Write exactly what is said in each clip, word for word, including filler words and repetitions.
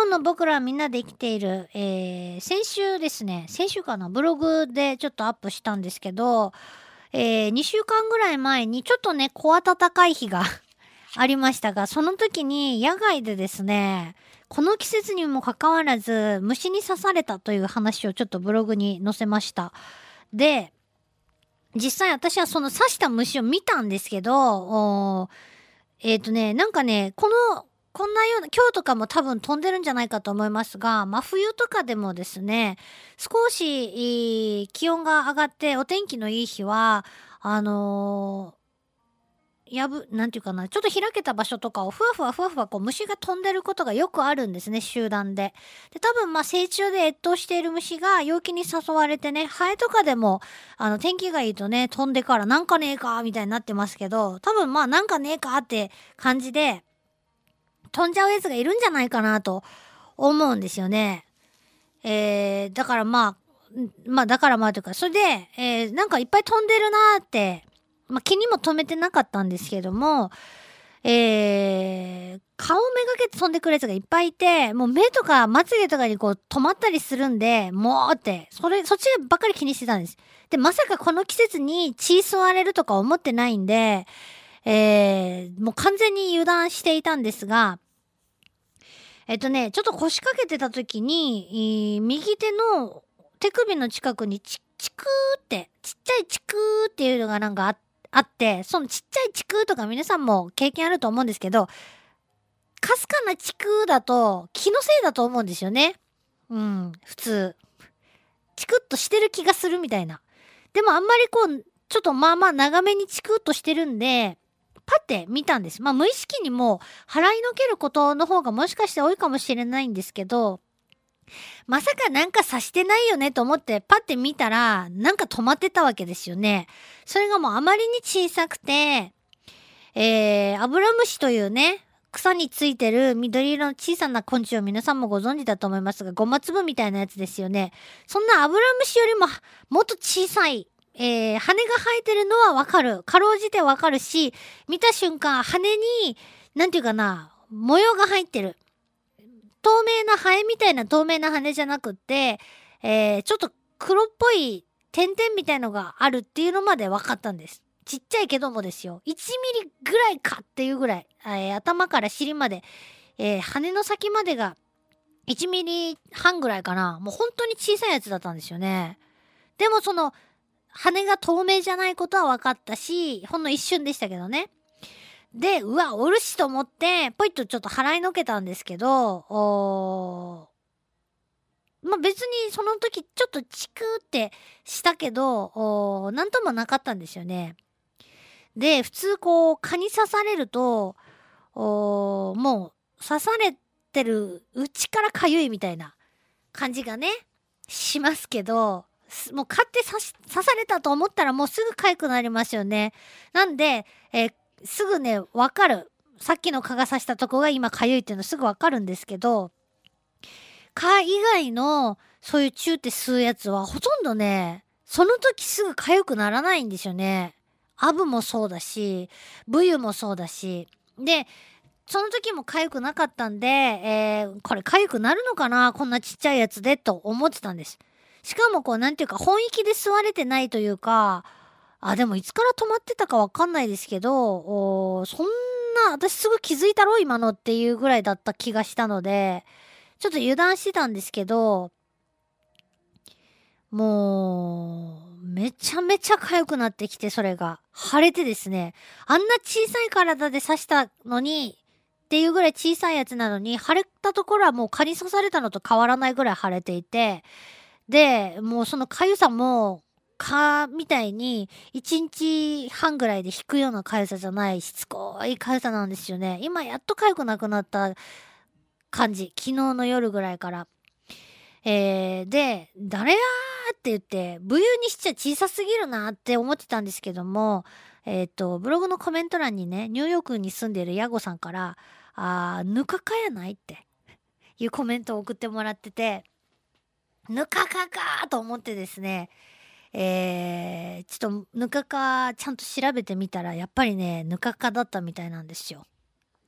日の僕らみんなで生きている、えー、先週ですね、先週かな、ブログでちょっとアップしたんですけど、えー、にしゅうかんぐらい前にちょっとね、小暖かい日がありましたが、その時に野外でですね、この季節にもかかわらず虫に刺されたという話をちょっとブログに載せました。で、実際私はその刺した虫を見たんですけど、おーえっとね、なんかね、この、こんなような、今日とかも多分飛んでるんじゃないかと思いますが、真冬とかでもですね、少しいい気温が上がってお天気のいい日は、あのーやぶ、なんていうかな、ちょっと開けた場所とかをふわふわふわふわこう虫が飛んでることがよくあるんですね、集団で。で、多分まあ成虫で越冬している虫が陽気に誘われてね、ハエとかでも、あの天気がいいとね、飛んでからなんかねえか、みたいになってますけど、多分まあなんかねえかって感じで、飛んじゃうやつがいるんじゃないかなと思うんですよね。えー、だからまあ、んまあだからまあというか、それで、えー、なんかいっぱい飛んでるなーって、まあ気にも留めてなかったんですけども、えー、顔めがけて飛んでくるやつがいっぱいいて、もう目とかまつげとかにこう止まったりするんで、もうって、それ、そっちばっかり気にしてたんです。で、まさかこの季節に血吸われるとか思ってないんで、えー、もう完全に油断していたんですが、えっとね、ちょっと腰掛けてた時に、えー右手の手首の近くにチチクーって、ちっちゃいチクーっていうのがなんかああって、そのちっちゃいチクーとか皆さんも経験あると思うんですけど、かすかなチクーだと気のせいだと思うんですよね。うん、普通。チクッとしてる気がするみたいな。でもあんまりこう、ちょっとまあまあ長めにチクッとしてるんで、パって見たんです。まあ無意識にも払いのけることの方がもしかして多いかもしれないんですけど、まさかなんかさしてないよねと思ってパって見たら、なんか止まってたわけですよね。それがもうあまりに小さくて、えー、アブラムシというね、草についてる緑色の小さな昆虫を皆さんもご存知だと思いますが、ゴマ粒みたいなやつですよね。そんなアブラムシよりももっと小さい、えー、羽が生えてるのはわかる。かろうじてわかるし、見た瞬間羽に、なんていうかな、模様が入ってる。透明なハエみたいな透明な羽じゃなくって、えー、ちょっと黒っぽい点々みたいのがあるっていうのまで分かったんです。ちっちゃいけどもですよ。いちミリぐらいかっていうぐらい、えー、頭から尻まで、えー、羽の先までがいちミリはんぐらいかな。もう本当に小さいやつだったんですよね。でもその羽が透明じゃないことは分かったし、ほんの一瞬でしたけどね。で、うわ、おるしと思って、ポイッとちょっと払いのけたんですけど、おーまあ、別にその時ちょっとチクってしたけど、おーなんともなかったんですよね。で、普通こう、蚊に刺されると、おーもう刺されてるうちから痒いみたいな感じがね、しますけど、すもう蚊って刺し刺されたと思ったらもうすぐ痒くなりますよね。なんで、えーすぐね、わかる。さっきの蚊が刺したとこが今痒いっていうのすぐわかるんですけど、蚊以外のそういうチューって吸うやつはほとんどね、その時すぐ痒くならないんですよね。アブもそうだし、ブユもそうだし。で、その時も痒くなかったんで、えー、これ痒くなるのかなこんなちっちゃいやつでと思ってたんです。しかもこう、なんていうか、本域で吸われてないというか、あ、でもいつから止まってたかわかんないですけど、おーそんな、私すぐ気づいたろ今のっていうぐらいだった気がしたので、ちょっと油断してたんですけど、もう、めちゃめちゃ痒くなってきて、それが。腫れてですね。あんな小さい体で刺したのに、っていうぐらい小さいやつなのに、腫れたところはもう蚊に刺されたのと変わらないぐらい腫れていて、で、もうその痒さも、蚊みたいにいちにちはんぐらいで引くような痒さじゃないしつこい痒さなんですよね。今やっと痒くなくなった感じ。昨日の夜ぐらいから。えー、で、誰やーって言って、武勇にしちゃ小さすぎるなって思ってたんですけども、えっと、ブログのコメント欄にね、ニューヨークに住んでるヤゴさんから、あー、ぬかかやないっていうコメントを送ってもらってて、ぬかかかーと思ってですね、えー、ちょっとぬかかちゃんと調べてみたら、やっぱりね、ぬかかだったみたいなんですよ。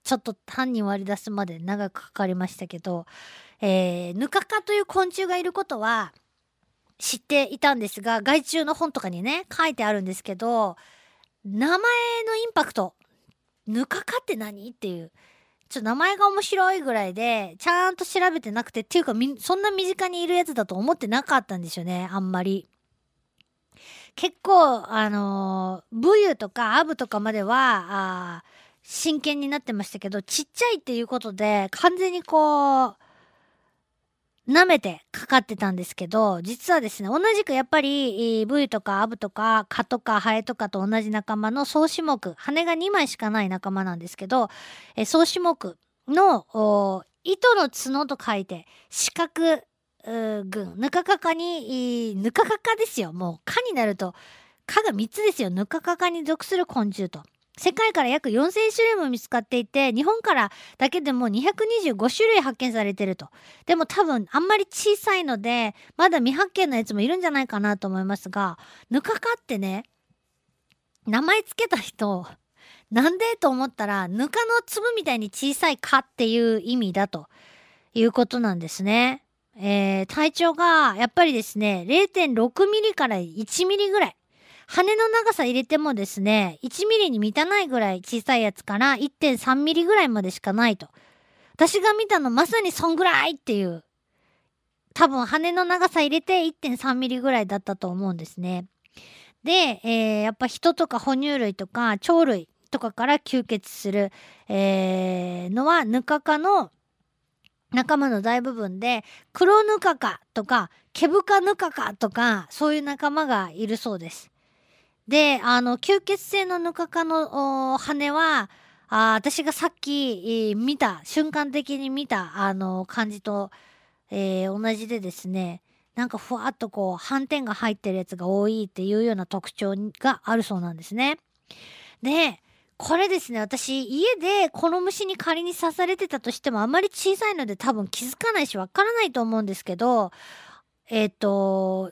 ちょっと犯人割り出すまで長くかかりましたけど、えー、ヌカカという昆虫がいることは知っていたんですが、害虫の本とかにね、書いてあるんですけど、名前のインパクト、ヌカカって何っていう、ちょっと名前が面白いぐらいで、ちゃんと調べてなくて、っていうかみ、そんな身近にいるやつだと思ってなかったんですよね、あんまり。結構、あのー、ブユとかアブとかまでは、あー真剣になってましたけど、ちっちゃいっていうことで、完全にこう、舐めてかかってたんですけど、実はですね、同じくやっぱり、えーブユとかアブとか、蚊とかハエとかと同じ仲間の総子目、羽がにまいしかない仲間なんですけど、えー総子目の、おー糸の角と書いて、四角、うー群、ぬかかかに、いーぬかかかですよ。もう、蚊になると、蚊がみっつですよ。ぬかかかに属する昆虫と。世界から約よんせん種類も見つかっていて、日本からだけでもにひゃくにじゅうご種類発見されてると。でも多分あんまり小さいので、まだ未発見のやつもいるんじゃないかなと思いますが、ヌカカってね、名前つけた人、なんでと思ったら、ぬかの粒みたいに小さい蚊っていう意味だということなんですね。えー、体長がやっぱりですね、れいてんろくミリからいちミリぐらい。羽の長さ入れてもですね、いちミリに満たないぐらい小さいやつから いってんさんミリぐらいまでしかないと。私が見たのまさにそんぐらいっていう。多分羽の長さ入れて いってんさんミリぐらいだったと思うんですね。で、えー、やっぱ人とか哺乳類とか鳥類とかから吸血する、えー、のはヌカカの仲間の大部分で、黒ヌカカとかケブカヌカカとかそういう仲間がいるそうです。で、あの、吸血性のヌカカのお羽は、あー、私がさっき、えー見た、瞬間的に見た、あの、感じと、えー同じでですね、なんかふわっとこう、斑点が入ってるやつが多いっていうような特徴があるそうなんですね。で、これですね、私、家でこの虫に仮に刺されてたとしても、あまり小さいので多分気づかないしわからないと思うんですけど、えっと、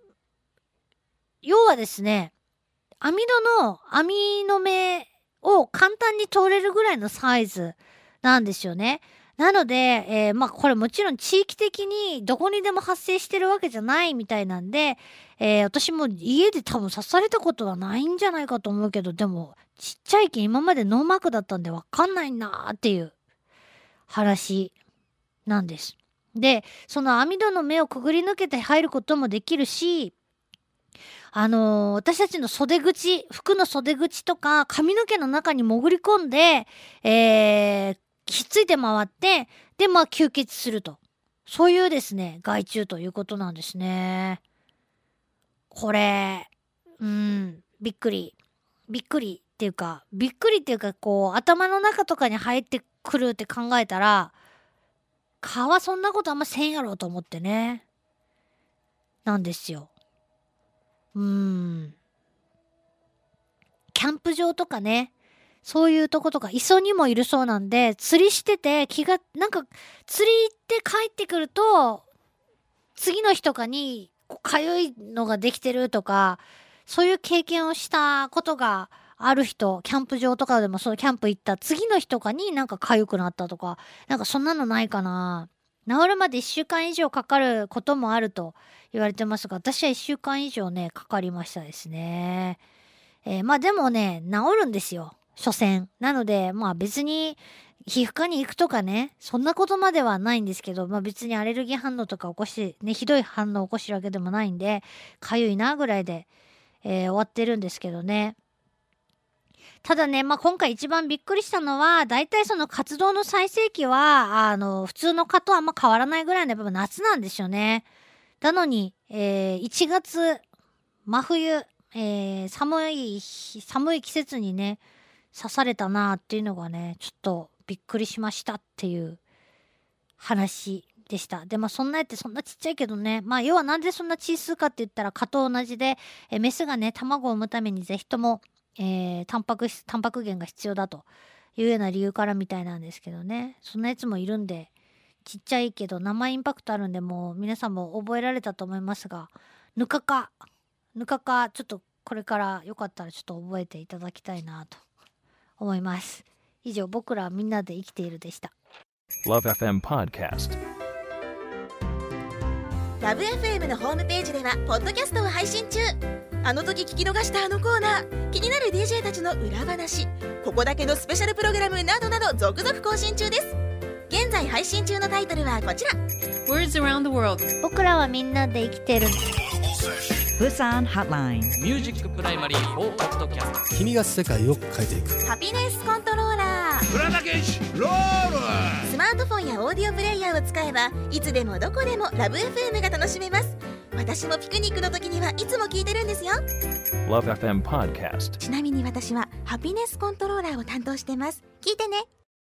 要はですね、網戸の網の目を簡単に通れるぐらいのサイズなんですよね。なので、えーまあこれもちろん地域的にどこにでも発生してるわけじゃないみたいなんで、えー私も家で多分刺されたことはないんじゃないかと思うけど、でもちっちゃいけん今までノーマークだったんでわかんないなーっていう話なんです。で、その網戸の目をくぐり抜けて入ることもできるし、あのー私たちの袖口、服の袖口とか髪の毛の中に潜り込んで、えー、ひっついて回って、で、まあ吸血すると。そういうですね、害虫ということなんですね。これ、うん、びっくり。びっくりっていうか、びっくりっていうか、こう、頭の中とかに入ってくるって考えたら、蚊はそんなことあんませんやろうと思ってね。なんですよ。うーん。キャンプ場とかね、そういうとことか磯にもいるそうなんで、釣りしてて気が、なんか釣り行って帰ってくると、次の日とかにこうかゆいのができてるとか、そういう経験をしたことがある人、キャンプ場とかでもそのキャンプ行った次の日とかになんか痒くなったとか、なんかそんなのないかな。治るまでいっしゅうかん以上かかることもあると言われてますが、私はいっしゅうかん以上ね、かかりましたですね。えーまあでもね、治るんですよ。所詮。なので、まあ別に皮膚科に行くとかね、そんなことまではないんですけど、まあ別にアレルギー反応とか起こして、ね、ひどい反応を起こしてるわけでもないんで、かゆいなぐらいで、えー終わってるんですけどね。ただね、まあ今回一番びっくりしたのは、大体その活動の最盛期は、あの、普通の蚊とあんま変わらないぐらいのやっぱ夏なんですよね。なのに、えーいちがつ、真冬、えー寒い日、寒い季節にね、刺されたなっていうのがね、ちょっとびっくりしましたっていう話でした。で、まあそんなやってそんなちっちゃいけどね、まあ要はなんでそんな小数かって言ったら蚊と同じで、えメスがね、卵を産むためにぜひとも、えー、タンパク質、タンパク源が必要だというような理由からみたいなんですけどね、そんなやつもいるんで、ちっちゃいけど名前インパクトあるんで、もう皆さんも覚えられたと思いますが、ぬかか、ぬかか、ちょっとこれからよかったらちょっと覚えていただきたいなと思います。 以上、僕らはみんなで生きているでした。 ラブエフエム Podcast。 ラブ エフエム のホームページではポッドキャストを配信中。あの時聞き逃したあのコーナー、気になる ディージェー たちの裏話、ここだけのスペシャルプログラムなどなど続々更新中です。現在配信中のタイトルはこちら。 Words around the world。 僕らはみんなで生きてる。 Busan Hotline。 ミュージックプライマリーフォーポッドキャスト。 君が世界を変えていく。 ハピネスコントローラー。 浦田健志ロール。 スマートフォンやオーディオプレイヤーを使えばいつでもどこでもラブ エフエム が楽しめます。私もピクニックの時にはいつも聞いてるんですよ。 ラブエフエム Podcast。 ちなみに私はハピネスコントローラーを担当してます。聞いてね。